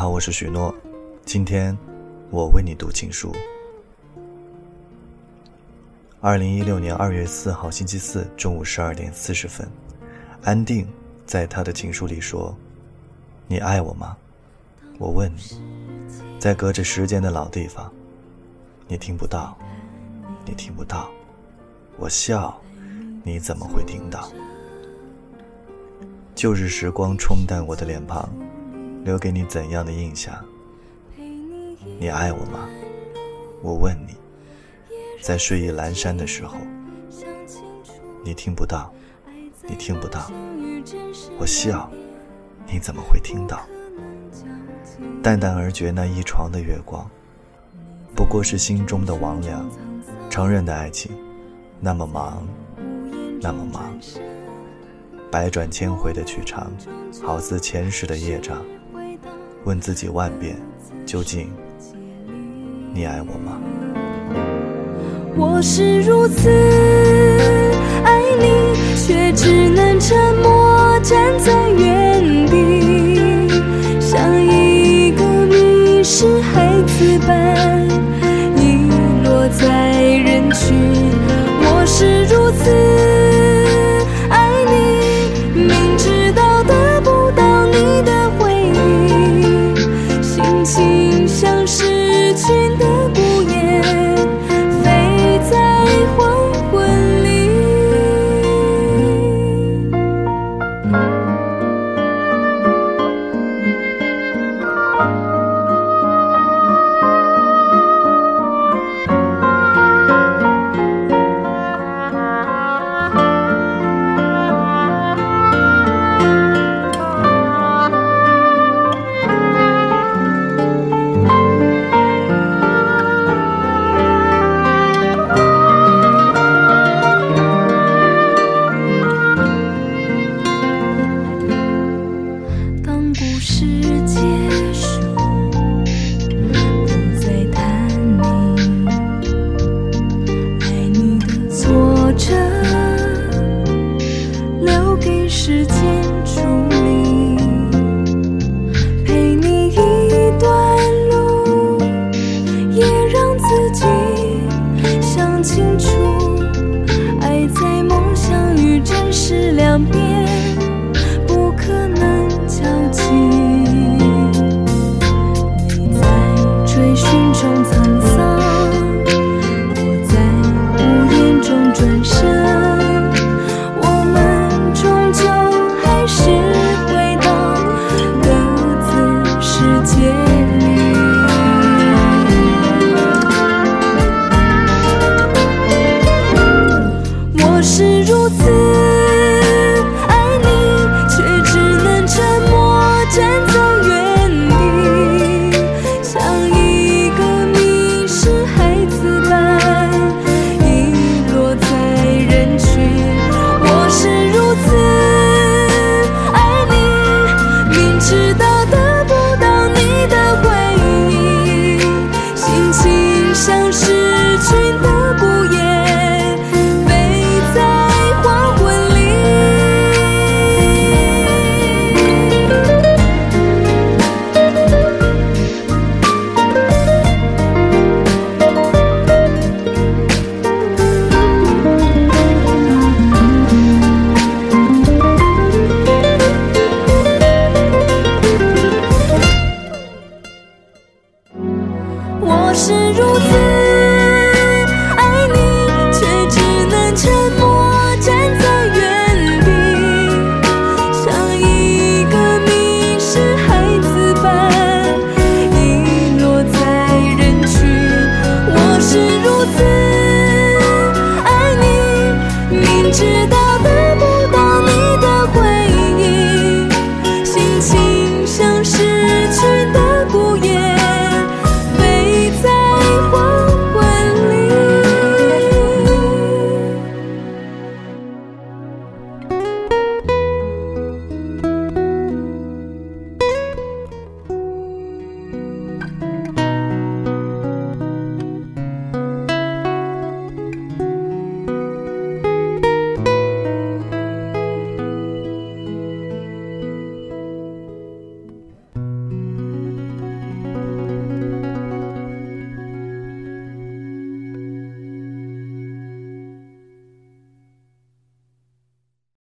好，我是许诺，今天我为你读情书。2016年2月4号星期四中午12点40分，安定在他的情书里说：你爱我吗？我问你，在隔着时间的老地方，你听不到，你听不到，我笑，你怎么会听到？旧日时光冲淡我的脸庞，留给你怎样的印象？你爱我吗？我问你，在睡意阑珊的时候，你听不到，你听不到，我笑，你怎么会听到？淡淡而绝那一床的月光，不过是心中的魍魉。承认的爱情，那么忙，那么忙，百转千回的曲长，好似前世的业障。问自己万遍，究竟你爱我吗？ 我是如此爱你，却只能沉默站在原地，像一个迷失孩子般遗落在人群。我是如此爱你，明知道得不到你的回应，心情像是群的孤雁，飞在黄昏里。时间处理，陪你一段路，也让自己想清楚，爱在梦想与真实两边，不可能交集。你在追寻中沧桑，我在无言中转身。我是如此爱你，却只能沉默站在原地，像一个迷失孩子般遗落在人群。我是如此爱你，明知道得不到你的回应，心情像是群的孤雁，我是如此